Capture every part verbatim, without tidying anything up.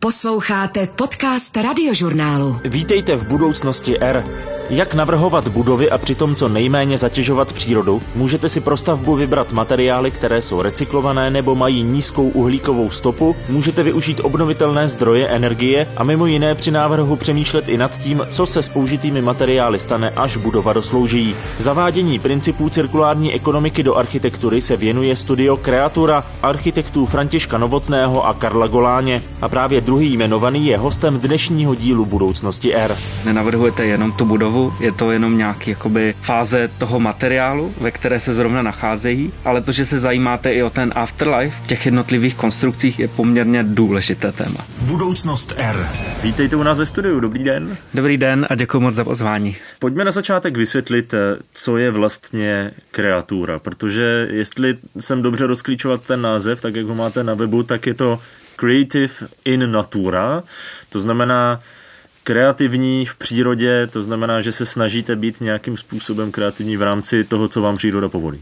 Posloucháte podcast Radiožurnálu. Vítejte v budoucnosti R. Jak navrhovat budovy a přitom co nejméně zatěžovat přírodu, můžete si pro stavbu vybrat materiály, které jsou recyklované nebo mají nízkou uhlíkovou stopu, můžete využít obnovitelné zdroje energie a mimo jiné při návrhu přemýšlet i nad tím, co se s použitými materiály stane, až budova doslouží. Zavádění principů cirkulární ekonomiky do architektury se věnuje studio Kreatura architektů Františka Novotného a Karla Goláně a právě druhý jmenovaný je hostem dnešního dílu Budoucnosti R. Nenavrhujete jenom tu budovu, je to jenom nějaký jakoby fáze toho materiálu, ve které se zrovna nacházejí, ale to, že se zajímáte i o ten afterlife v těch jednotlivých konstrukcích, je poměrně důležité téma. Budoucnost R. Vítejte u nás ve studiu, dobrý den. Dobrý den a děkuji moc za pozvání. Pojďme na začátek vysvětlit, co je vlastně Kreatura, protože jestli jsem dobře rozklíčovat ten název, tak jak ho máte na webu, tak je to Creative in Natura, to znamená kreativní v přírodě, to znamená, že se snažíte být nějakým způsobem kreativní v rámci toho, co vám příroda povolí.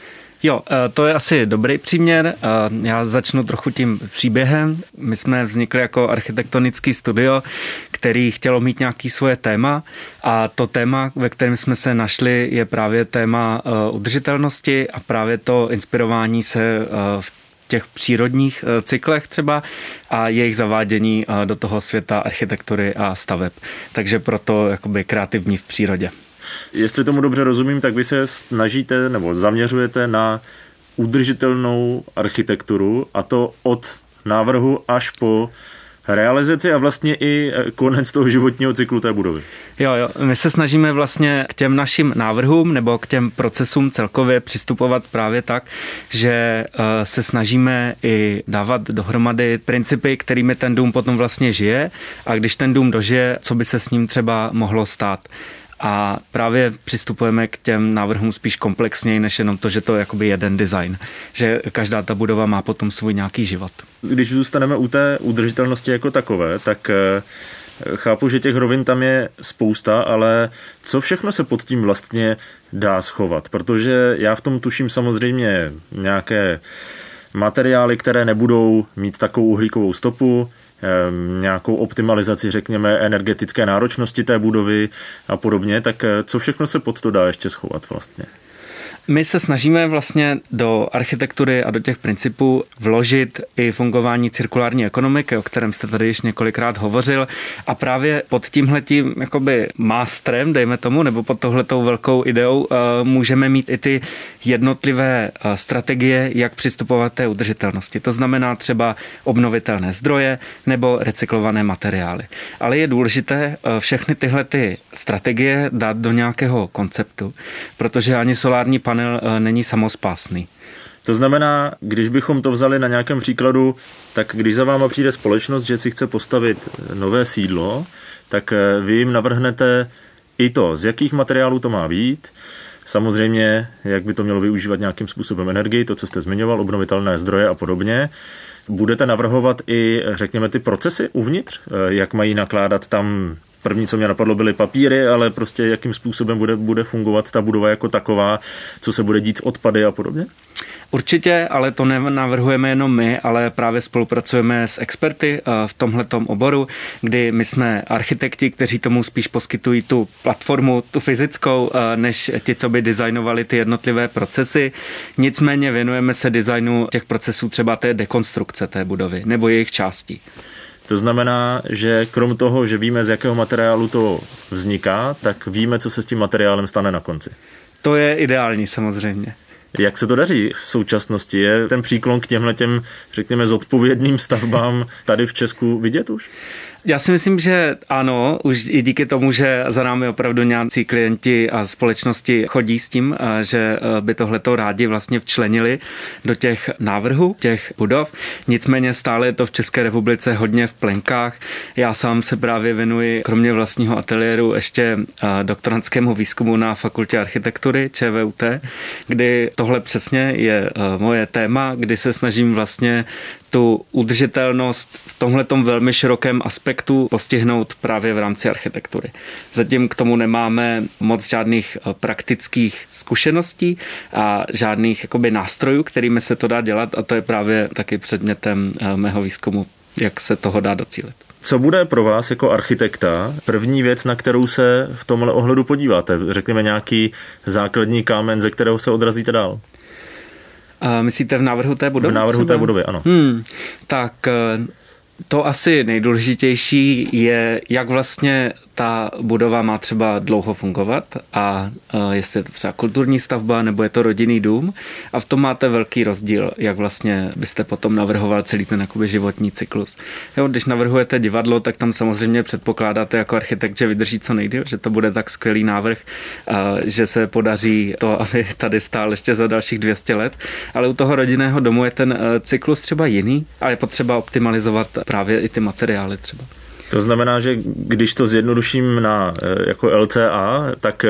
Jo, to je asi dobrý příměr. Já začnu trochu tím příběhem. My jsme vznikli jako architektonický studio, který chtělo mít nějaké svoje téma a to téma, ve kterém jsme se našli, je právě téma udržitelnosti a právě to inspirování se v těch přírodních cyklech třeba a jejich zavádění do toho světa architektury a staveb. Takže proto jakoby kreativní v přírodě. Jestli tomu dobře rozumím, tak vy se snažíte nebo zaměřujete na udržitelnou architekturu a to od návrhu až po realizaci a vlastně i konec toho životního cyklu té budovy. Jo, jo, my se snažíme vlastně k těm našim návrhům nebo k těm procesům celkově přistupovat právě tak, že se snažíme i dávat dohromady principy, kterými ten dům potom vlastně žije a když ten dům dožije, co by se s ním třeba mohlo stát. A právě přistupujeme k těm návrhům spíš komplexněji, než jenom to, že to je jakoby jeden design. Že každá ta budova má potom svůj nějaký život. Když zůstaneme u té udržitelnosti jako takové, tak chápu, že těch rovin tam je spousta, ale co všechno se pod tím vlastně dá schovat? Protože já v tom tuším samozřejmě nějaké materiály, které nebudou mít takovou uhlíkovou stopu, nějakou optimalizaci, řekněme, energetické náročnosti té budovy a podobně, tak co všechno se pod to dá ještě schovat vlastně? My se snažíme vlastně do architektury a do těch principů vložit i fungování cirkulární ekonomiky, o kterém jste tady již několikrát hovořil a právě pod tímhletím jakoby mástrem, dejme tomu, nebo pod tohletou velkou ideou můžeme mít i ty jednotlivé strategie, jak přistupovat té udržitelnosti. To znamená třeba obnovitelné zdroje nebo recyklované materiály. Ale je důležité všechny tyhle ty strategie dát do nějakého konceptu, protože ani solární panel není samospásný. To znamená, když bychom to vzali na nějakém příkladu, tak když za váma přijde společnost, že si chce postavit nové sídlo, tak vy jim navrhnete i to, z jakých materiálů to má být, samozřejmě, jak by to mělo využívat nějakým způsobem energii, to, co jste zmiňoval, obnovitelné zdroje a podobně. Budete navrhovat i, řekněme, ty procesy uvnitř, jak mají nakládat tam. První, co mě napadlo, byly papíry, ale prostě jakým způsobem bude, bude fungovat ta budova jako taková, co se bude dít s odpady a podobně? Určitě, ale to nenavrhujeme jenom my, ale právě spolupracujeme s experty v tomhletom oboru, kdy my jsme architekti, kteří tomu spíš poskytují tu platformu, tu fyzickou, než ti, co by designovali ty jednotlivé procesy. Nicméně věnujeme se designu těch procesů třeba té dekonstrukce té budovy nebo jejich částí. To znamená, že krom toho, že víme, z jakého materiálu to vzniká, tak víme, co se s tím materiálem stane na konci. To je ideální samozřejmě. Jak se to daří v současnosti? Je ten příklon k těmhletěm, řekněme, zodpovědným stavbám tady v Česku vidět už? Já si myslím, že ano, už i díky tomu, že za námi opravdu nějací klienti a společnosti chodí s tím, že by tohleto rádi vlastně včlenili do těch návrhů, těch budov. Nicméně stále je to v České republice hodně v plenkách. Já sám se právě věnuji, kromě vlastního ateliéru, ještě doktorantskému výzkumu na Fakultě architektury ČVUT, kdy tohle přesně je moje téma, kdy se snažím vlastně tu udržitelnost v tomhletom velmi širokém aspektu postihnout právě v rámci architektury. Zatím k tomu nemáme moc žádných praktických zkušeností a žádných jakoby nástrojů, kterými se to dá dělat, a to je právě taky předmětem mého výzkumu. jak se toho dá docílit. Co bude pro vás jako architekta první věc, na kterou se v tomhle ohledu podíváte? Řekněme nějaký základní kámen, ze kterého se odrazíte dál? A myslíte v návrhu té budovy? V návrhu třeba? té budovy, ano. Hmm, tak to asi nejdůležitější je, jak vlastně ta budova má třeba dlouho fungovat a jestli je to třeba kulturní stavba nebo je to rodinný dům a v tom máte velký rozdíl, jak vlastně byste potom navrhoval celý ten jakoby životní cyklus. Jo, když navrhujete divadlo, tak tam samozřejmě předpokládáte jako architekt, že vydrží co nejdýl, že to bude tak skvělý návrh, že se podaří to, aby tady stál ještě za dalších dvě stě let, ale u toho rodinného domu je ten cyklus třeba jiný a je potřeba optimalizovat právě i ty materiály třeba. To znamená, že když to zjednoduším na jako L C A, tak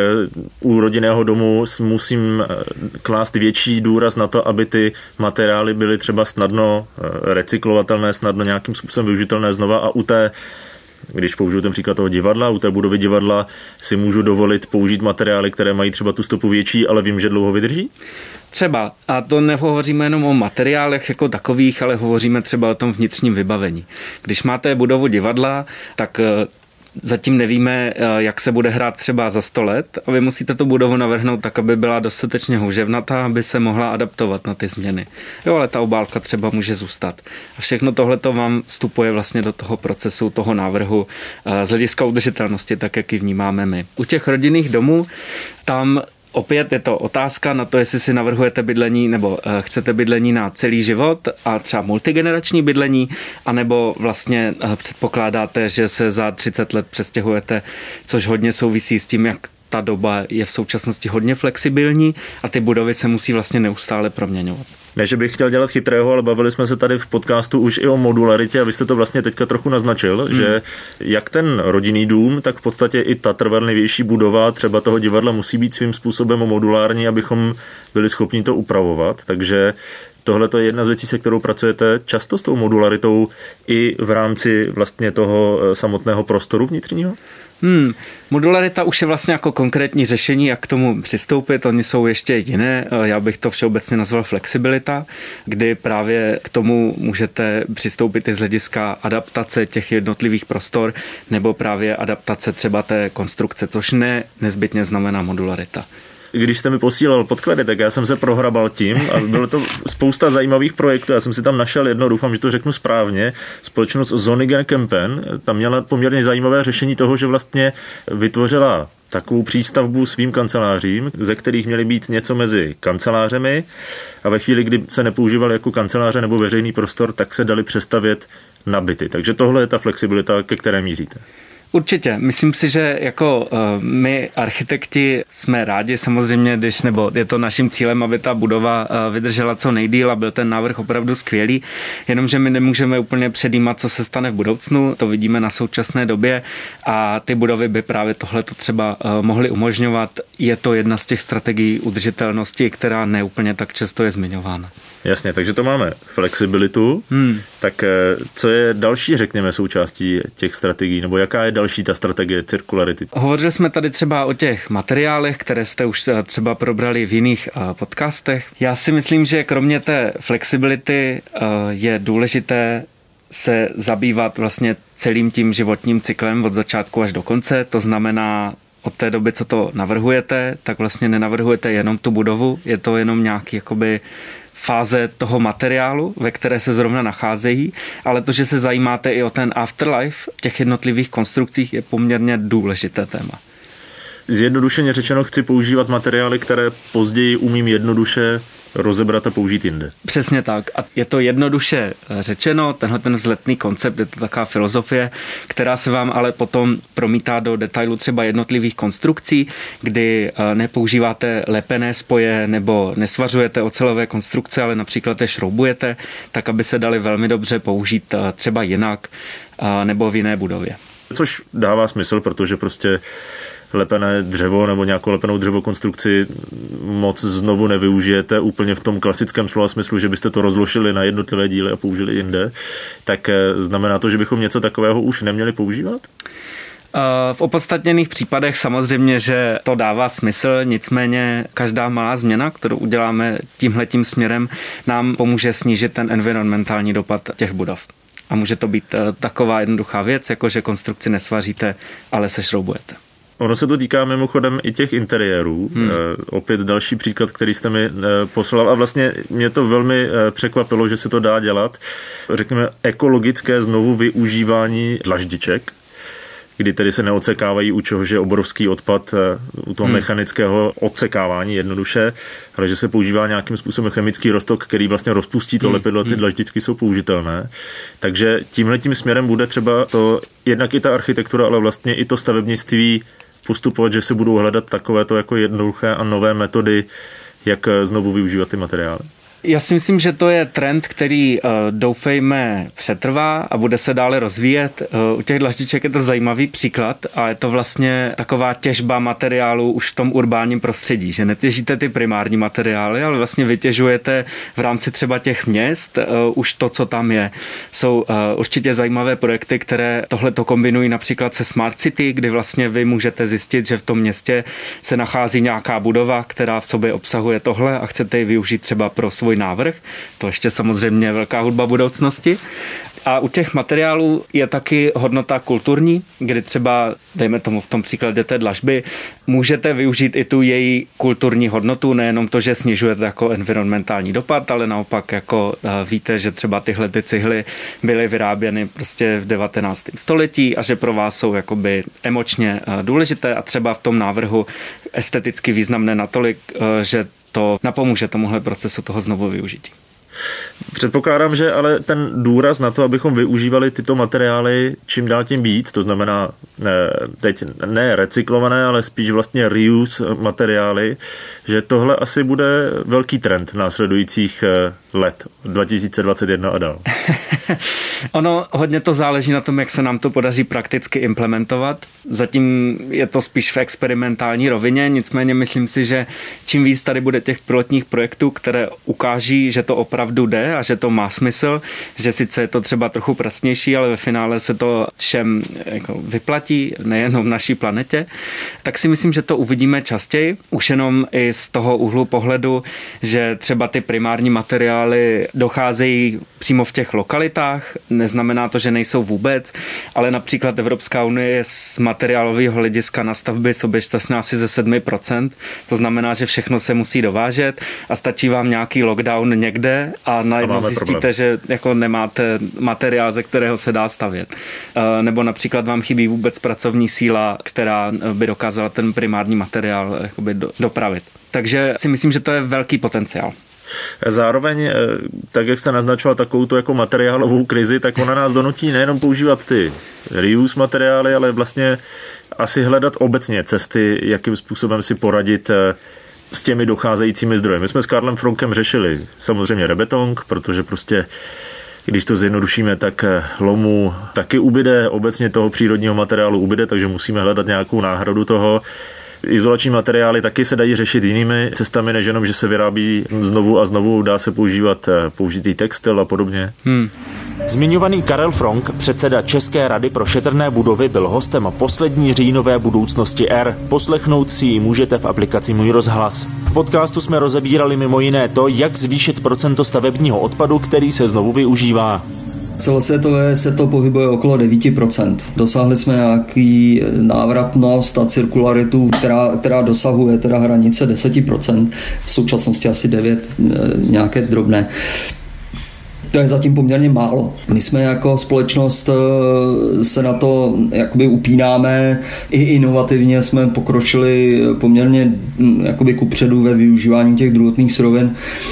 u rodinného domu musím klást větší důraz na to, aby ty materiály byly třeba snadno recyklovatelné, snadno nějakým způsobem využitelné znova a u té, když použiju ten příklad toho divadla, u té budovy divadla si můžu dovolit použít materiály, které mají třeba tu stopu větší, ale vím, že dlouho vydrží? Třeba. A to nehovoříme jenom o materiálech jako takových, ale hovoříme třeba o tom vnitřním vybavení. Když máte budovu divadla, tak zatím nevíme, jak se bude hrát třeba za sto let a vy musíte tu budovu navrhnout tak, aby byla dostatečně houževnatá, aby se mohla adaptovat na ty změny. Jo, ale ta obálka třeba může zůstat. A všechno tohleto vám vstupuje vlastně do toho procesu, toho návrhu z hlediska udržitelnosti, tak jak ji vnímáme my. U těch rodinných domů tam opět je to otázka na to, jestli si navrhujete bydlení nebo chcete bydlení na celý život a třeba multigenerační bydlení, anebo vlastně předpokládáte, že se za třicet let přestěhujete, což hodně souvisí s tím, jak ta doba je v současnosti hodně flexibilní a ty budovy se musí vlastně neustále proměňovat. Ne, že bych chtěl dělat chytrého, ale bavili jsme se tady v podcastu už i o modularitě a vy jste to vlastně teďka trochu naznačil, hmm. že jak ten rodinný dům, tak v podstatě i ta trvanlivější budova třeba toho divadla musí být svým způsobem modulární, abychom byli schopni to upravovat, takže tohle je jedna z věcí, se kterou pracujete často s tou modularitou i v rámci vlastně toho samotného prostoru vnitřního? Hmm, modularita už je vlastně jako konkrétní řešení, jak k tomu přistoupit. Oni jsou ještě jiné, já bych to všeobecně nazval flexibilita, kdy právě k tomu můžete přistoupit i z hlediska adaptace těch jednotlivých prostor nebo právě adaptace třeba té konstrukce, což ne nezbytně znamená modularita. Když jste mi posílal podklady, tak já jsem se prohrabal tím a bylo to spousta zajímavých projektů. Já jsem si tam našel jedno, doufám, že to řeknu správně, společnost Zonigen Kempen. Tam měla poměrně zajímavé řešení toho, že vlastně vytvořila takovou přístavbu svým kancelářím, ze kterých měly být něco mezi kancelářemi a ve chvíli, kdy se nepoužívaly jako kanceláře nebo veřejný prostor, tak se dali přestavět na byty. Takže tohle je ta flexibilita, ke které míříte. Určitě. Myslím si, že jako uh, my architekti jsme rádi samozřejmě, když, nebo je to naším cílem, aby ta budova uh, vydržela co nejdýl a byl ten návrh opravdu skvělý, jenomže my nemůžeme úplně předjímat, co se stane v budoucnu, to vidíme na současné době a ty budovy by právě tohleto třeba uh, mohly umožňovat. Je to jedna z těch strategií udržitelnosti, která neúplně tak často je zmiňována. Jasně, takže to máme flexibilitu, hmm. tak co je další, řekněme, součástí těch strategií, nebo jaká je další ta strategie cirkularity? Hovořili jsme tady třeba o těch materiálech, které jste už třeba probrali v jiných podcastech. Já si myslím, že kromě té flexibility je důležité se zabývat vlastně celým tím životním cyklem od začátku až do konce, to znamená od té doby, co to navrhujete, tak vlastně nenavrhujete jenom tu budovu, je to jenom nějaký jakoby fáze toho materiálu, ve které se zrovna nacházejí, ale to, že se zajímáte i o ten afterlife těch jednotlivých konstrukcích, je poměrně důležité téma. Zjednodušeně řečeno, chci používat materiály, které později umím jednoduše rozebrat a použít jinde. Přesně tak. A je to jednoduše řečeno, tenhle ten vzletný koncept, je to taková filozofie, která se vám ale potom promítá do detailu třeba jednotlivých konstrukcí, kdy nepoužíváte lepené spoje nebo nesvařujete ocelové konstrukce, ale například je šroubujete, tak aby se daly velmi dobře použít třeba jinak nebo v jiné budově. Což dává smysl, protože prostě lepené dřevo nebo nějakou lepenou dřevokonstrukci moc znovu nevyužijete úplně v tom klasickém slova smyslu, že byste to rozložili na jednotlivé díly a použili jinde, tak znamená to, že bychom něco takového už neměli používat? V opodstatněných případech samozřejmě, že to dává smysl, nicméně každá malá změna, kterou uděláme tímhletím směrem, nám pomůže snížit ten environmentální dopad těch budov. A může to být taková jednoduchá věc, jako že konstrukci nesvaříte, ale sešroubujete. Ono se to týká mimochodem i těch interiérů. Hmm. Opět další příklad, který jste mi poslal a vlastně mě to velmi překvapilo, že se to dá dělat. Řekněme ekologické znovu využívání dlaždiček, kdy tedy se neodsekávají, u čehož je obrovský odpad u toho hmm. mechanického odsekávání jednoduše, ale že se používá nějakým způsobem chemický roztok, který vlastně rozpustí to hmm. lepidlo, ty dlaždičky jsou použitelné. Takže tímhletím směrem bude třeba to jednak i ta architektura, ale vlastně i to stavebnictví postupovat, že se budou hledat takovéto jako jednoduché a nové metody, jak znovu využívat ty materiály. Já si myslím, že to je trend, který uh, doufejme přetrvá a bude se dále rozvíjet. Uh, u těch dlaždiček je to zajímavý příklad a je to vlastně taková těžba materiálů už v tom urbánním prostředí, že netěžíte ty primární materiály, ale vlastně vytěžujete v rámci třeba těch měst uh, už to, co tam je. Jsou uh, určitě zajímavé projekty, které tohleto kombinují například se Smart City, kdy vlastně vy můžete zjistit, že v tom městě se nachází nějaká budova, která v sobě obsahuje tohle a chcete ji využít třeba pro svůj návrh. To ještě samozřejmě velká hudba budoucnosti. A u těch materiálů je taky hodnota kulturní, kdy třeba, dejme tomu v tom příkladě té dlažby, můžete využít i tu její kulturní hodnotu, nejenom to, že snižujete jako environmentální dopad, ale naopak jako víte, že třeba tyhle ty cihly byly vyráběny prostě v devatenáctém století a že pro vás jsou jakoby emočně důležité a třeba v tom návrhu esteticky významné natolik, že to napomůže tomuhle procesu toho znovu využití. Předpokládám, že ale ten důraz na to, abychom využívali tyto materiály čím dál tím víc, to znamená ne, teď ne recyklované, ale spíš vlastně reuse materiály, že tohle asi bude velký trend následujících let dva tisíce dvacet jedna a dál. Ono hodně to záleží na tom, jak se nám to podaří prakticky implementovat. Zatím je to spíš v experimentální rovině, nicméně myslím si, že čím víc tady bude těch pilotních projektů, které ukáží, že to opravdu jde a že to má smysl, že sice je to třeba trochu pracnější, ale ve finále se to všem jako vyplatí, nejenom v naší planetě, tak si myslím, že to uvidíme častěji. Už jenom i z toho úhlu pohledu, že třeba ty primární materiály docházejí přímo v těch lokalitách. Neznamená to, že nejsou vůbec, ale například Evropská unie je z materiálového hlediska na stavby soběstačná asi ze sedm procent. To znamená, že všechno se musí dovážet a stačí vám nějaký lockdown někde a najednou zjistíte, problém. že jako nemáte materiál, ze kterého se dá stavět. Nebo například vám chybí vůbec pracovní síla, která by dokázala ten primární materiál jakoby dopravit. Takže si myslím, že to je velký potenciál. Zároveň, tak jak jste naznačoval takovou tu jako materiálovou krizi, tak ona nás donutí nejenom používat ty reuse materiály, ale vlastně asi hledat obecně cesty, jakým způsobem si poradit s těmi docházejícími zdroji. My jsme s Karlem Fronkem řešili samozřejmě rebetong, protože prostě když to zjednodušíme, tak lomu taky ubyde, obecně toho přírodního materiálu ubyde, takže musíme hledat nějakou náhradu toho. Izolační materiály taky se dají řešit jinými cestami, než jenom, že se vyrábí znovu a znovu, dá se používat použitý textil a podobně. Hmm. Zmiňovaný Karel Fronk, předseda České rady pro šetrné budovy, byl hostem poslední říjnové Budoucnosti R. Poslechnout si ji můžete v aplikaci Můj rozhlas. V podcastu jsme rozebírali mimo jiné to, jak zvýšit procento stavebního odpadu, který se znovu využívá. Celosvětově se to pohybuje okolo devět procent. Dosáhli jsme nějaký návratnost a cirkularitu, která, která dosahuje teda hranice deset procent. V současnosti asi devět procent, nějaké drobné. To je zatím poměrně málo. My jsme jako společnost se na to jakoby upínáme, i inovativně jsme pokročili poměrně jakoby kupředu ve využívání těch druhotných surovin.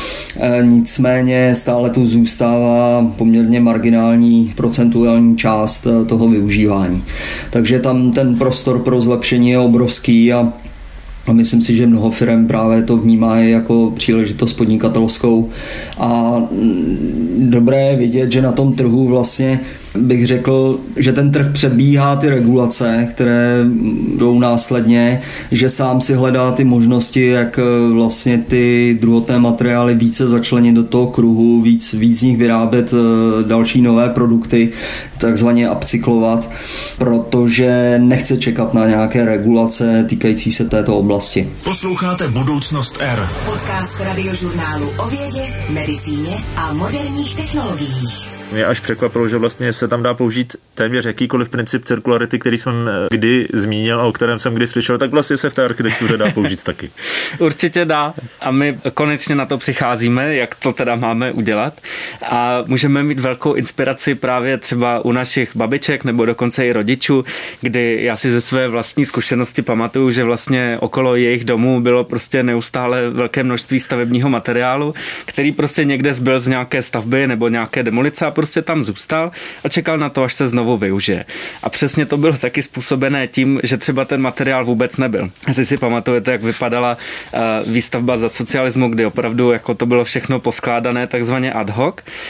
Nicméně stále tu zůstává poměrně marginální procentuální část toho využívání. Takže tam ten prostor pro zlepšení je obrovský a A myslím si, že mnoho firem právě to vnímá jako příležitost podnikatelskou a dobré je vidět, že na tom trhu vlastně bych řekl, že ten trh předbíhá ty regulace, které jdou následně, že sám si hledá ty možnosti, jak vlastně ty druhotné materiály více začlenit do toho kruhu, víc, víc z nich vyrábět další nové produkty. takzvaně upcyklovat, protože nechce čekat na nějaké regulace týkající se této oblasti. Posloucháte Budoucnost R. Podcast radiožurnálu o vědě, medicíně a moderních technologiích. Mě až překvapilo, že vlastně se tam dá použít téměř jakýkoliv princip cirkularity, který jsem kdy zmínil a o kterém jsem kdy slyšel, tak vlastně se v té architektuře dá použít taky. Určitě dá. A my konečně na to přicházíme, jak to teda máme udělat. A můžeme mít velkou inspiraci právě třeba u našich babiček nebo dokonce i rodičů, kdy já si ze své vlastní zkušenosti pamatuju, že vlastně okolo jejich domů bylo prostě neustále velké množství stavebního materiálu, který prostě někde zbyl z nějaké stavby nebo nějaké demolice a prostě tam zůstal a čekal na to, až se znovu využije. A přesně to bylo taky způsobené tím, že třeba ten materiál vůbec nebyl. Asi si pamatujete, jak vypadala uh, výstavba za socialismu, kdy opravdu jako to bylo všechno poskládané takzvaně ad hoc.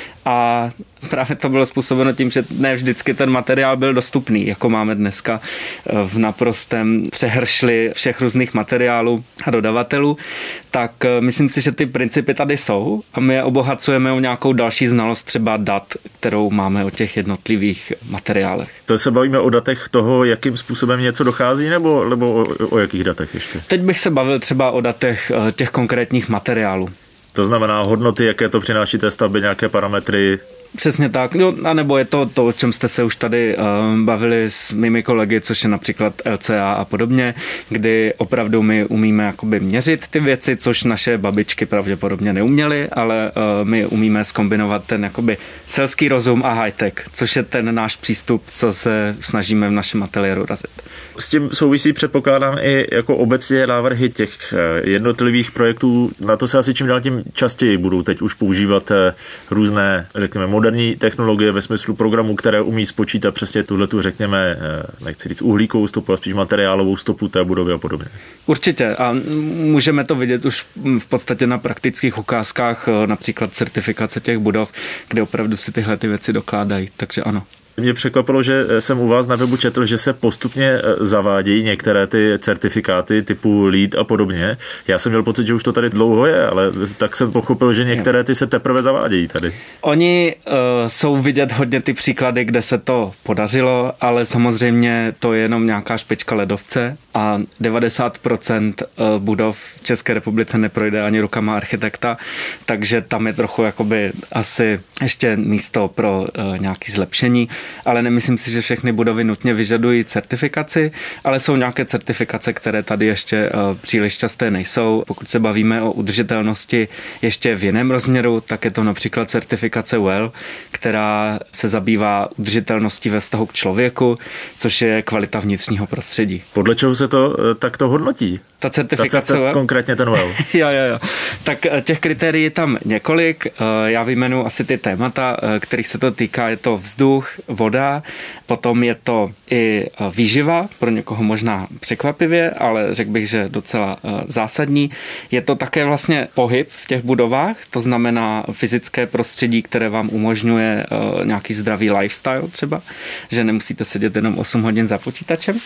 A právě to bylo způsobeno tím, že ne vždycky ten materiál byl dostupný, jako máme dneska v naprostém přehršli všech různých materiálů a dodavatelů, tak myslím si, že ty principy tady jsou a my je obohacujeme o nějakou další znalost třeba dat, kterou máme o těch jednotlivých materiálech. To se bavíme o datech toho, jakým způsobem něco dochází, nebo, nebo o, o jakých datech ještě? Teď bych se bavil třeba o datech těch konkrétních materiálů. To znamená hodnoty, jaké to přináší té stavbě, nějaké parametry. Přesně tak. No, a nebo je to to, o čem jste se už tady uh, bavili s mými kolegy, což je například L C A a podobně, kdy opravdu my umíme jakoby měřit ty věci, což naše babičky pravděpodobně neuměly, ale uh, my umíme zkombinovat ten jakoby selský rozum a high-tech, což je ten náš přístup, co se snažíme v našem ateliéru razit. S tím souvisí, předpokládám, i jako obecně návrhy těch jednotlivých projektů. Na to se asi čím dál tím častěji budou teď už používat různé, řekněme, moderní technologie ve smyslu programů, které umí spočítat přesně tuhletu, řekněme, nechci říct uhlíkovou stopu, ale spíš materiálovou stopu té budovy a podobně. Určitě a můžeme to vidět už v podstatě na praktických ukázkách, například certifikace těch budov, kde opravdu si tyhle ty věci dokládají, takže ano. Mě překvapilo, že jsem u vás na webu četl, že se postupně zavádějí některé ty certifikáty typu LEED a podobně. Já jsem měl pocit, že už to tady dlouho je, ale tak jsem pochopil, že některé ty se teprve zavádějí tady. Oni uh, jsou vidět hodně ty příklady, kde se to podařilo, ale samozřejmě to je jenom nějaká špička ledovce a devadesát procent budov v České republice neprojde ani rukama architekta, takže tam je trochu jakoby asi ještě místo pro uh, nějaké zlepšení. Ale nemyslím si, že všechny budovy nutně vyžadují certifikaci, ale jsou nějaké certifikace, které tady ještě uh, příliš časté nejsou. Pokud se bavíme o udržitelnosti ještě v jiném rozměru, tak je to například certifikace W E L, která se zabývá udržitelností ve vztahu k člověku, což je kvalita vnitřního prostředí. Podle čeho se to uh, takto hodnotí? Ta certifikace ta, ta, konkrétně ten W E L. jo, jo, jo. Tak těch kritérií je tam několik. Já vyjmenuji asi ty témata, kterých se to týká. Je to vzduch, voda, potom je to i výživa, pro někoho možná překvapivě, ale řekl bych, že docela zásadní. Je to také vlastně pohyb v těch budovách, to znamená fyzické prostředí, které vám umožňuje nějaký zdravý lifestyle třeba, že nemusíte sedět jenom osm hodin za počítačem.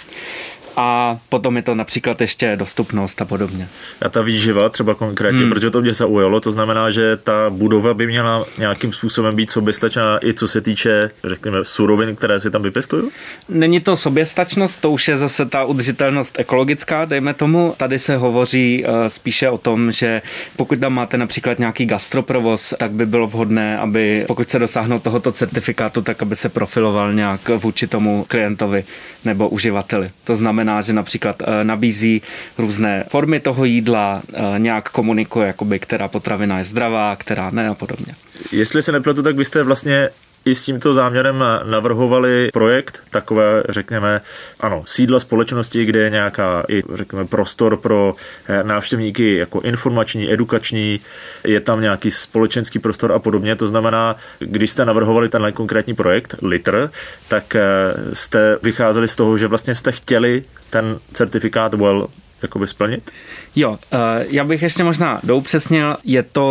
A potom je to například ještě dostupnost a podobně. A ta výživa třeba konkrétně, hmm. protože to mě zaujalo, to znamená, že ta budova by měla nějakým způsobem být soběstačná i co se týče, řekněme, surovin, které si tam vypěstují? Není to soběstačnost, to už je zase ta udržitelnost ekologická, dejme tomu. Tady se hovoří uh, spíše o tom, že pokud tam máte například nějaký gastroprovoz, tak by bylo vhodné, aby pokud se dosáhnou tohoto certifikátu, tak aby se profiloval nějak vůči tomu klientovi nebo uživateli. To znamená, že například nabízí různé formy toho jídla, nějak komunikuje, jakoby, která potravina je zdravá, která ne a podobně. Jestli se nepletu, tak vy jste vlastně i s tímto záměrem navrhovali projekt, takové, řekněme, ano, sídla společnosti, kde je nějaká, i, řekněme, prostor pro návštěvníky jako informační, edukační, je tam nějaký společenský prostor a podobně. To znamená, když jste navrhovali tenhle konkrétní projekt, Litr, tak jste vycházeli z toho, že vlastně jste chtěli ten certifikát W E L jakoby splnit? Jo, já bych ještě možná doupřesnil, je to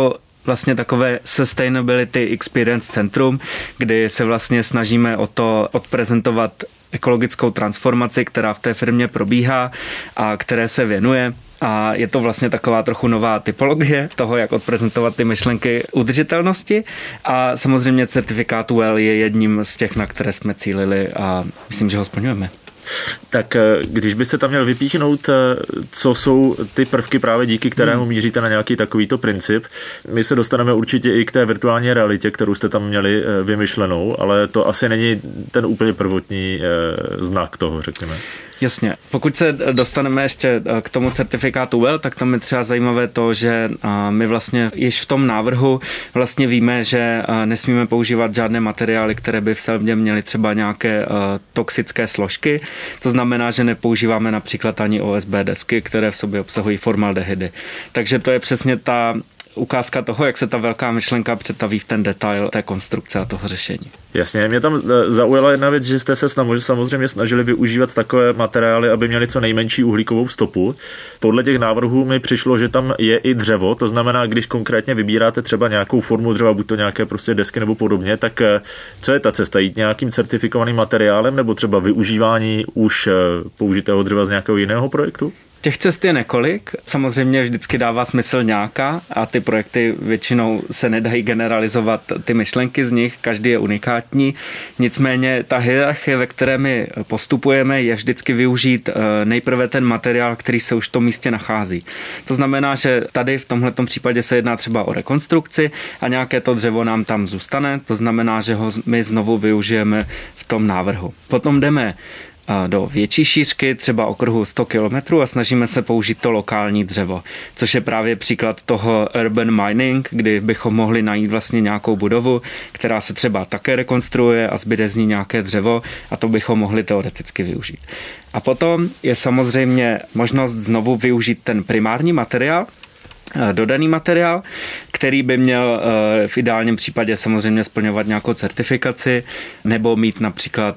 vlastně takové Sustainability Experience Centrum, kdy se vlastně snažíme o to odprezentovat ekologickou transformaci, která v té firmě probíhá a které se věnuje. A je to vlastně taková trochu nová typologie toho, jak odprezentovat ty myšlenky udržitelnosti. A samozřejmě certifikát W E L je jedním z těch, na které jsme cílili a myslím, že ho splňujeme. Tak když byste tam měl vypíchnout, co jsou ty prvky právě díky kterému míříte na nějaký takovýto princip, my se dostaneme určitě i k té virtuální realitě, kterou jste tam měli vymyšlenou, ale to asi není ten úplně prvotní znak toho, řekněme. Jasně. Pokud se dostaneme ještě k tomu certifikátu W E L, tak tam je třeba zajímavé to, že my vlastně již v tom návrhu vlastně víme, že nesmíme používat žádné materiály, které by v sobě měly třeba nějaké toxické složky. To znamená, že nepoužíváme například ani O S B desky, které v sobě obsahují formaldehydy. Takže to je přesně ta ukázka toho, jak se ta velká myšlenka přetaví v ten detail té konstrukce a toho řešení. Jasně, mě tam zaujala jedna věc, že jste se samozřejmě snažili využívat takové materiály, aby měly co nejmenší uhlíkovou stopu. Podle těch návrhů mi přišlo, že tam je i dřevo, to znamená, když konkrétně vybíráte třeba nějakou formu dřeva, buď to nějaké prostě desky nebo podobně, tak co je ta cesta? Jít nějakým certifikovaným materiálem nebo třeba využívání už použitého dřeva z nějakého jiného projektu? Těch cest je několik, samozřejmě vždycky dává smysl nějaká a ty projekty většinou se nedají generalizovat ty myšlenky z nich, každý je unikátní, nicméně ta hierarchie, ve které my postupujeme, je vždycky využít nejprve ten materiál, který se už v tom místě nachází. To znamená, že tady v tomhletom případě se jedná třeba o rekonstrukci a nějaké to dřevo nám tam zůstane, to znamená, že ho my znovu využijeme v tom návrhu. Potom jdeme do větší šířky, třeba okruhu sto kilometrů a snažíme se použít to lokální dřevo, což je právě příklad toho urban mining, kdy bychom mohli najít vlastně nějakou budovu, která se třeba také rekonstruuje a zbyde z ní nějaké dřevo a to bychom mohli teoreticky využít. A potom je samozřejmě možnost znovu využít ten primární materiál, dodaný materiál, který by měl v ideálním případě samozřejmě splňovat nějakou certifikaci nebo mít například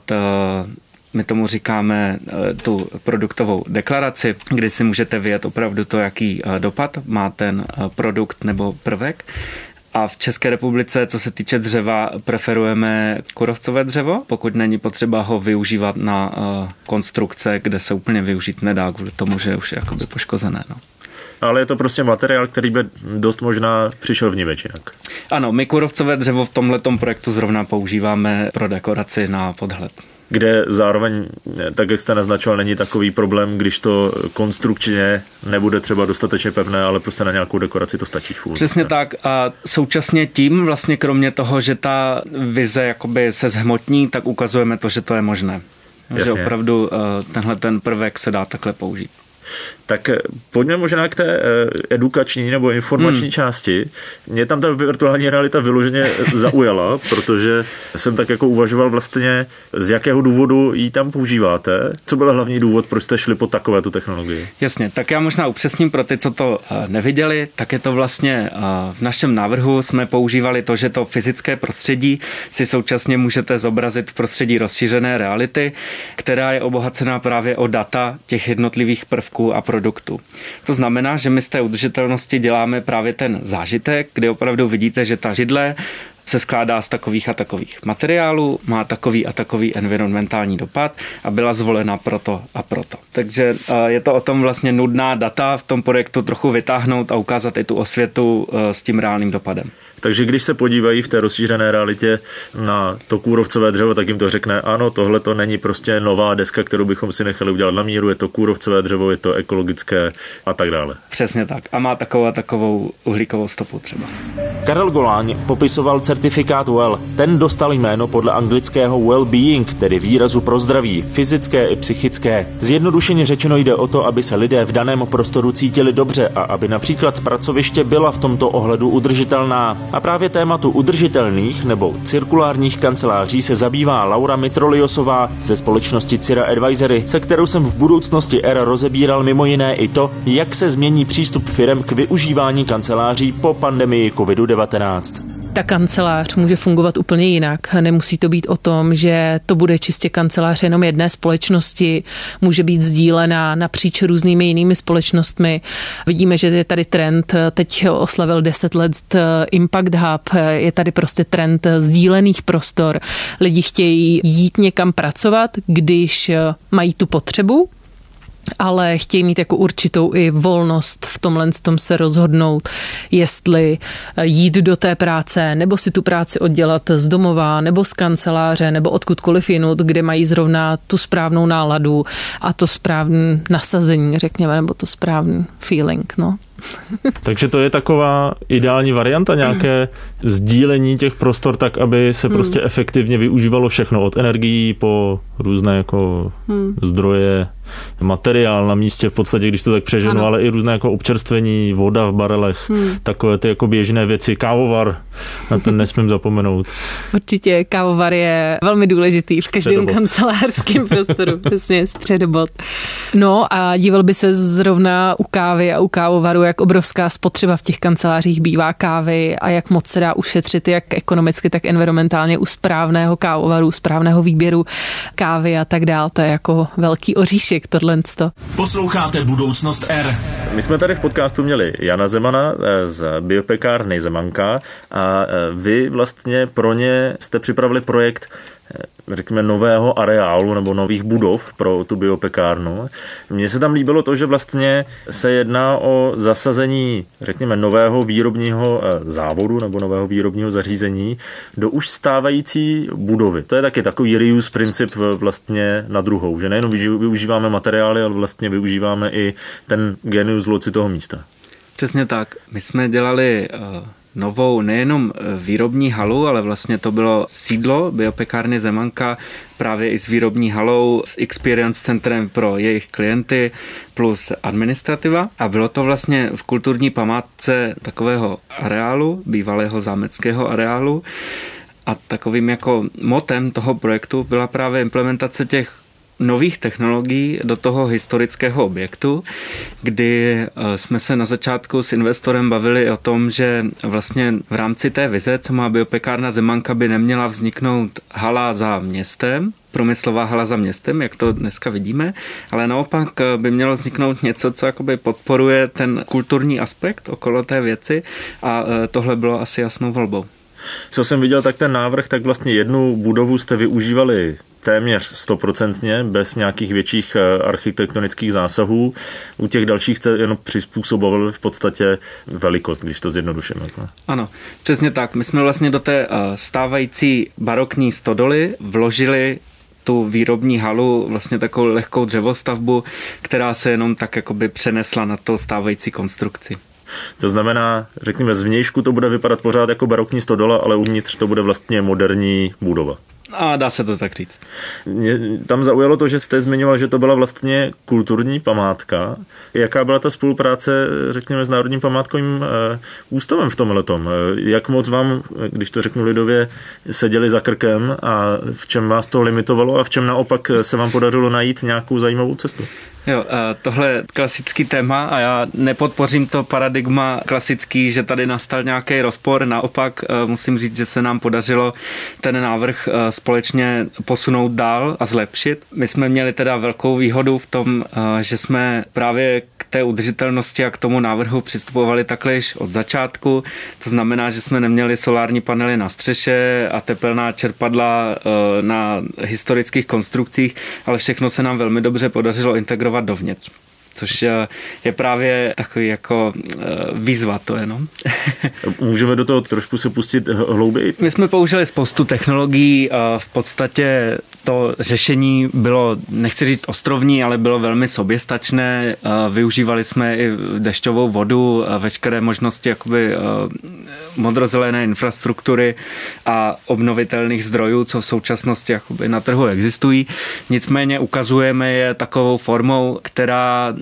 my tomu říkáme tu produktovou deklaraci, kdy si můžete vyjet opravdu to, jaký dopad má ten produkt nebo prvek. A v České republice, co se týče dřeva, preferujeme kůrovcové dřevo, pokud není potřeba ho využívat na konstrukce, kde se úplně využít nedá, kvůli tomu, že už je jakoby poškozené. No. Ale je to prostě materiál, který by dost možná přišel v niveč jinak. Ano, my kůrovcové dřevo v tomhletom projektu zrovna používáme pro dekoraci na podhled. Kde zároveň, tak jak jste naznačoval, není takový problém, když to konstrukčně nebude třeba dostatečně pevné, ale prostě na nějakou dekoraci to stačí. Fůl, Přesně ne? tak. A současně tím vlastně kromě toho, že ta vize jakoby se zhmotní, tak ukazujeme to, že to je možné. Jasně. Že opravdu tenhle ten prvek se dá takhle použít. Tak pojďme možná k té edukační nebo informační hmm. části. Mě tam ta virtuální realita vyloženě zaujala, protože jsem tak jako uvažoval vlastně, z jakého důvodu ji tam používáte. Co byl hlavní důvod, proč jste šli po takovéto technologii? Jasně, tak já možná upřesním pro ty, co to neviděli, tak je to vlastně v našem návrhu jsme používali to, že to fyzické prostředí si současně můžete zobrazit v prostředí rozšířené reality, která je obohacená právě o data těch jednotlivých prvků a produktů. To znamená, že my z té udržitelnosti děláme právě ten zážitek, kdy opravdu vidíte, že ta židle se skládá z takových a takových materiálů, má takový a takový environmentální dopad a byla zvolena proto a proto. Takže je to o tom vlastně nudná data v tom projektu trochu vytáhnout a ukázat i tu osvětu s tím reálným dopadem. Takže když se podívají v té rozšířené realitě na to kůrovcové dřevo, tak jim to řekne, ano, tohle to není prostě nová deska, kterou bychom si nechali udělat na míru, je to kůrovcové dřevo, je to ekologické a tak dále. Přesně tak. A má takovou a takovou uhlíkovou stopu třeba. Karel Goláň popisoval certifikát W E L. Ten dostal jméno podle anglického well-being, tedy výrazu pro zdraví, fyzické i psychické. Zjednodušeně řečeno jde o to, aby se lidé v daném prostoru cítili dobře a aby například pracoviště byla v tomto ohledu udržitelná. A právě tématu udržitelných nebo cirkulárních kanceláří se zabývá Laura Mitroliosová ze společnosti Cira Advisory, se kterou jsem v budoucnosti R rozebíral mimo jiné i to, jak se změní přístup firem k využívání kanceláří po pandemii kovidu devatenáct. ta kancelář může fungovat úplně jinak. Nemusí to být o tom, že to bude čistě kancelář jenom jedné společnosti, může být sdílená napříč různými jinými společnostmi. Vidíme, že je tady trend, teď oslavil deset let Impact Hub, je tady prostě trend sdílených prostor. Lidi chtějí jít někam pracovat, když mají tu potřebu, ale chtějí mít jako určitou i volnost v tomhle tom se rozhodnout, jestli jít do té práce, nebo si tu práci oddělat z domova, nebo z kanceláře, nebo odkudkoliv jinut, kde mají zrovna tu správnou náladu a to správné nasazení, řekněme, nebo to správný feeling, no. Takže to je taková ideální varianta, nějaké sdílení těch prostor tak, aby se prostě hmm. efektivně využívalo všechno, od energií po různé jako hmm. zdroje, materiál na místě v podstatě, když to tak přeženu, ano. ale i různé jako občerstvení, voda v barelech, hmm. takové ty jako běžné věci, kávovar, na ten nesmím zapomenout. Určitě kávovar je velmi důležitý v každém kancelářském prostoru, přesně středobod. No a díval by se zrovna u kávy a u kávovaru, jak obrovská spotřeba v těch kancelářích bývá kávy a jak moc se dá ušetřit jak ekonomicky, tak environmentálně u správného kávovaru, správného výběru kávy a tak dál. To je jako velký oříšek tohle. Posloucháte Budoucnost R. My jsme tady v podcastu měli Jana Zemana z biopekárny Zemanka a vy vlastně pro ně jste připravili projekt, řekněme, nového areálu nebo nových budov pro tu biopekárnu. Mně se tam líbilo to, že vlastně se jedná o zasazení, řekněme, nového výrobního závodu nebo nového výrobního zařízení do už stávající budovy. To je taky takový reuse princip vlastně na druhou, že nejenom využíváme materiály, ale vlastně využíváme i ten genius loci toho místa. Přesně tak. My jsme dělali uh... novou nejenom výrobní halu, ale vlastně to bylo sídlo biopekárny Zemanka právě i s výrobní halou, s experience centrem pro jejich klienty plus administrativa. A bylo to vlastně v kulturní památce takového areálu, bývalého zámeckého areálu. A takovým jako motem toho projektu byla právě implementace těch nových technologií do toho historického objektu, kdy jsme se na začátku s investorem bavili o tom, že vlastně v rámci té vize, co má biopekárna Zemanka, by neměla vzniknout hala za městem, průmyslová hala za městem, jak to dneska vidíme, ale naopak by mělo vzniknout něco, co jakoby podporuje ten kulturní aspekt okolo té věci a tohle bylo asi jasnou volbou. Co jsem viděl, tak ten návrh, tak vlastně jednu budovu jste využívali téměř stoprocentně, bez nějakých větších architektonických zásahů. U těch dalších jste jenom přizpůsobovali v podstatě velikost, když to zjednodušíme. Ano, přesně tak. My jsme vlastně do té stávající barokní stodoly vložili tu výrobní halu, vlastně takovou lehkou dřevostavbu, která se jenom tak jakoby přenesla na to stávající konstrukci. To znamená, řekněme, zvnějšku to bude vypadat pořád jako barokní stodola, ale uvnitř to bude vlastně moderní budova. A dá se to tak říct. Mě tam zaujalo to, že jste zmiňoval, že to byla vlastně kulturní památka. Jaká byla ta spolupráce, řekněme, s Národním památkovým ústavem v tomhletom? Jak moc vám, když to řeknu lidově, seděli za krkem a v čem vás to limitovalo a v čem naopak se vám podařilo najít nějakou zajímavou cestu? Jo, tohle je klasický téma a já nepodpořím to paradigma klasický, že tady nastal nějaký rozpor. Naopak musím říct, že se nám podařilo ten návrh společně posunout dál a zlepšit. My jsme měli teda velkou výhodu v tom, že jsme právě k té udržitelnosti a k tomu návrhu přistupovali takhle již od začátku. To znamená, že jsme neměli solární panely na střeše a tepelná čerpadla na historických konstrukcích, ale všechno se nám velmi dobře podařilo integrovat dovnitř. Což je právě takový jako výzva to je, no. Můžeme do toho trošku se pustit hlouběji? My jsme použili spoustu technologií, v podstatě to řešení bylo, nechci říct ostrovní, ale bylo velmi soběstačné. Využívali jsme i dešťovou vodu, veškeré možnosti jakoby modrozelené infrastruktury a obnovitelných zdrojů, co v současnosti jakoby na trhu existují. Nicméně ukazujeme je takovou formou, která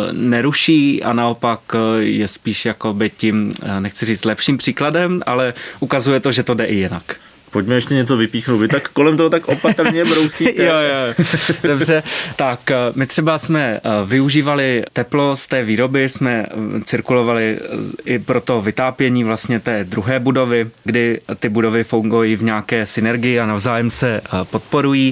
neruší a naopak je spíš jakoby tím, nechci říct lepším příkladem, ale ukazuje to, že to jde i jinak. Pojďme ještě něco vypíchnout. Vy tak kolem toho tak opatrně brousíte. jo, jo. Dobře. Tak my třeba jsme využívali teplo z té výroby, jsme cirkulovali i pro to vytápění vlastně té druhé budovy, kdy ty budovy fungují v nějaké synergii a navzájem se podporují.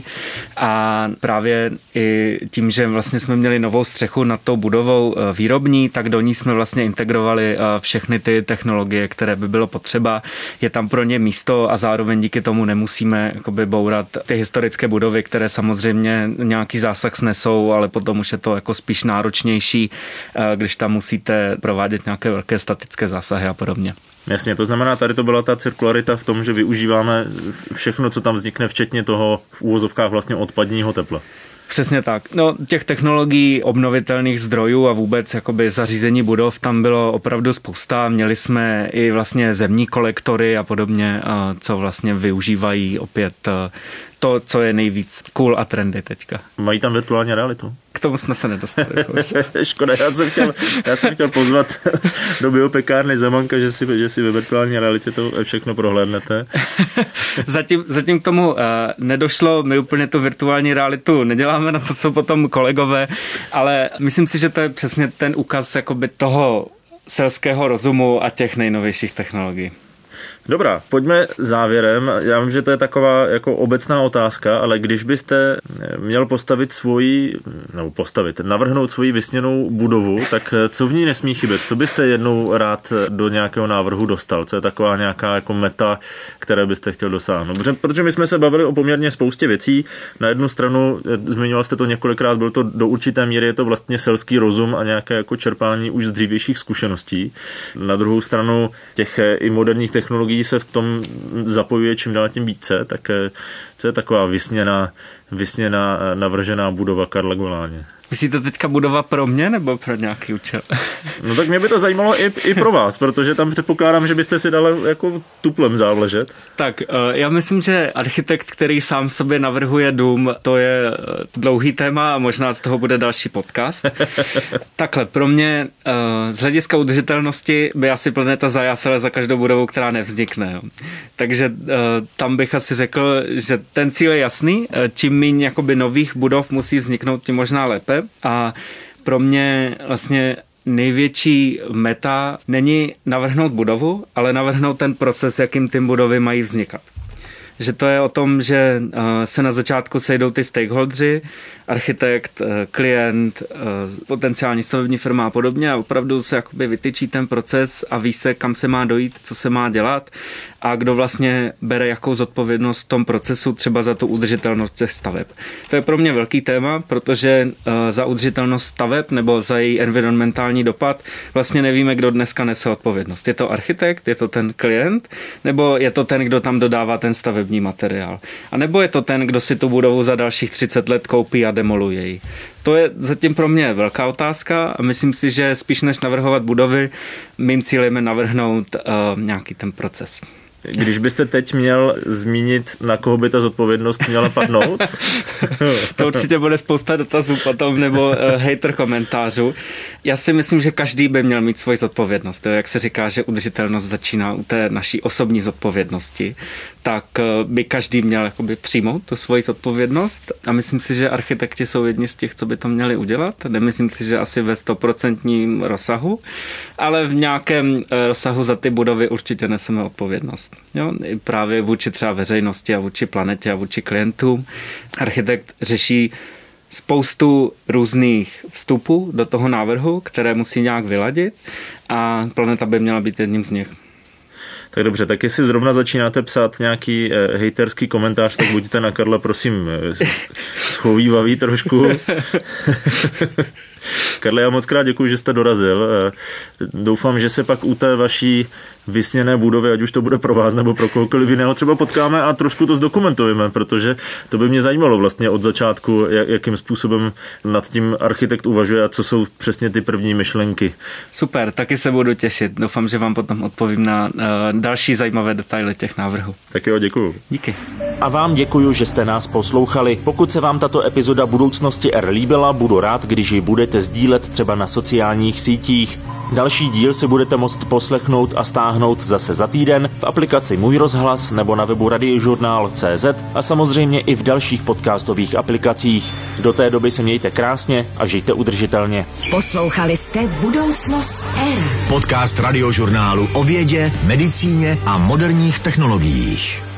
A právě i tím, že vlastně jsme měli novou střechu nad tou budovou výrobní, tak do ní jsme vlastně integrovali všechny ty technologie, které by bylo potřeba. Je tam pro ně místo a zároveň díky tomu nemusíme jakoby bourat ty historické budovy, které samozřejmě nějaký zásah snesou, ale potom už je to jako spíš náročnější, když tam musíte provádět nějaké velké statické zásahy a podobně. Jasně, to znamená, tady to byla ta cirkularita v tom, že využíváme všechno, co tam vznikne, včetně toho v úvozovkách vlastně odpadního tepla. Přesně tak. No, těch technologií obnovitelných zdrojů a vůbec jakoby zařízení budov tam bylo opravdu spousta. Měli jsme i vlastně zemní kolektory a podobně, co vlastně využívají opět to, co je nejvíc cool a trendy teďka. Mají tam virtuální realitu? K tomu jsme se nedostali. Škoda, já jsem chtěl, já jsem chtěl pozvat do biopekárny Zemanka, že si, že si ve virtuální realitě to všechno prohlédnete. Zatím, zatím k tomu uh, nedošlo, my úplně tu virtuální realitu neděláme, na to jsou potom kolegové, ale myslím si, že to je přesně ten ukaz jakoby toho selského rozumu a těch nejnovějších technologií. Dobrá, pojďme závěrem. Já vím, že to je taková jako obecná otázka, ale když byste měl postavit svoji, nebo postavit, navrhnout svoji vysněnou budovu, tak co v ní nesmí chybět? Co byste jednou rád do nějakého návrhu dostal? Co je taková nějaká jako meta, které byste chtěl dosáhnout? Protože, protože my jsme se bavili o poměrně spoustě věcí. Na jednu stranu, zmiňoval jste to několikrát, byl to do určité míry, je to vlastně selský rozum a nějaké jako čerpání už z dřívějších zkušeností. Na druhou stranu těch i moderních technologií se v tom zapojuje čím dál tím více, tak co je taková vysněná, vysněná navržená budova Karla Goláně? Myslíte teďka budova pro mě nebo pro nějaký účel? No tak mě by to zajímalo i, i pro vás, protože tam předpokládám, že byste si dali jako tuplem záležet. Tak já myslím, že architekt, který sám sobě navrhuje dům, to je dlouhý téma a možná z toho bude další podcast. Takhle, pro mě z hlediska udržitelnosti by asi planeta zajásala za každou budovu, která nevznikne. Jo. Takže tam bych asi řekl, že ten cíl je jasný. Čím méně jakoby nových budov musí vzniknout, tím možná lépe. A pro mě vlastně největší meta není navrhnout budovu, ale navrhnout ten proces, jakým ty budovy mají vznikat. Že to je o tom, že se na začátku sejdou ty stakeholdři, architekt, klient, potenciální stavební firma a podobně a opravdu se jakoby vytyčí ten proces a ví se, kam se má dojít, co se má dělat a kdo vlastně bere jakou zodpovědnost v tom procesu třeba za tu udržitelnost těch staveb. To je pro mě velký téma, protože za udržitelnost staveb nebo za její environmentální dopad vlastně nevíme, kdo dneska nese odpovědnost. Je to architekt, je to ten klient, nebo je to ten, kdo tam dodává ten stavební materiál. A nebo je to ten, kdo si tu budovu za dalších třicet let koupí a demoluje ji. To je zatím pro mě velká otázka a myslím si, že spíš než navrhovat budovy, mým cílem je navrhnout uh, nějaký ten proces. Když byste teď měl zmínit, na koho by ta zodpovědnost měla padnout? To určitě bude spousta dotazů potom nebo uh, hater komentářů. Já si myslím, že každý by měl mít svoji zodpovědnost. Jo? Jak se říká, že udržitelnost začíná u té naší osobní zodpovědnosti, tak uh, by každý měl jakoby přijmout tu svoji zodpovědnost a myslím si, že architekti jsou jedni z těch, co by to měli udělat. Nemyslím si, že asi ve stoprocentním rozsahu, ale v nějakém uh, rozsahu za ty budovy určitě neseme odpovědnost. Jo, právě vůči třeba veřejnosti a vůči planetě a vůči klientům. Architekt řeší spoustu různých vstupů do toho návrhu, které musí nějak vyladit a planeta by měla být jedním z nich. Tak dobře, tak jestli zrovna začínáte psát nějaký eh, hejterský komentář, tak buďte na Karla, prosím, eh, schovívavý trošku. Karle, já moc krát děkuji, že jste dorazil. Doufám, že se pak u té vaší vysněné budovy, ať už to bude pro vás nebo pro kohokoliv jiného, třeba potkáme a trošku to zdokumentujeme, protože to by mě zajímalo vlastně od začátku, jak, jakým způsobem nad tím architekt uvažuje a co jsou přesně ty první myšlenky. Super, taky se budu těšit. Doufám, že vám potom odpovím na uh, další zajímavé detaily těch návrhů. Tak jo, děkuju. Díky. A vám děkuju, že jste nás poslouchali. Pokud se vám tato epizoda Budoucnosti R líbila, budu rád, když ji budete sdílet třeba na sociálních sítích. Další díl si budete moct poslechnout a stáhnout zase za týden v aplikaci Můj rozhlas nebo na webu radiožurnál tečka cé zet a samozřejmě i v dalších podcastových aplikacích. Do té doby se mějte krásně a žijte udržitelně. Poslouchali jste Budoucnost R. Podcast radiožurnálu o vědě, medicíně a moderních technologiích.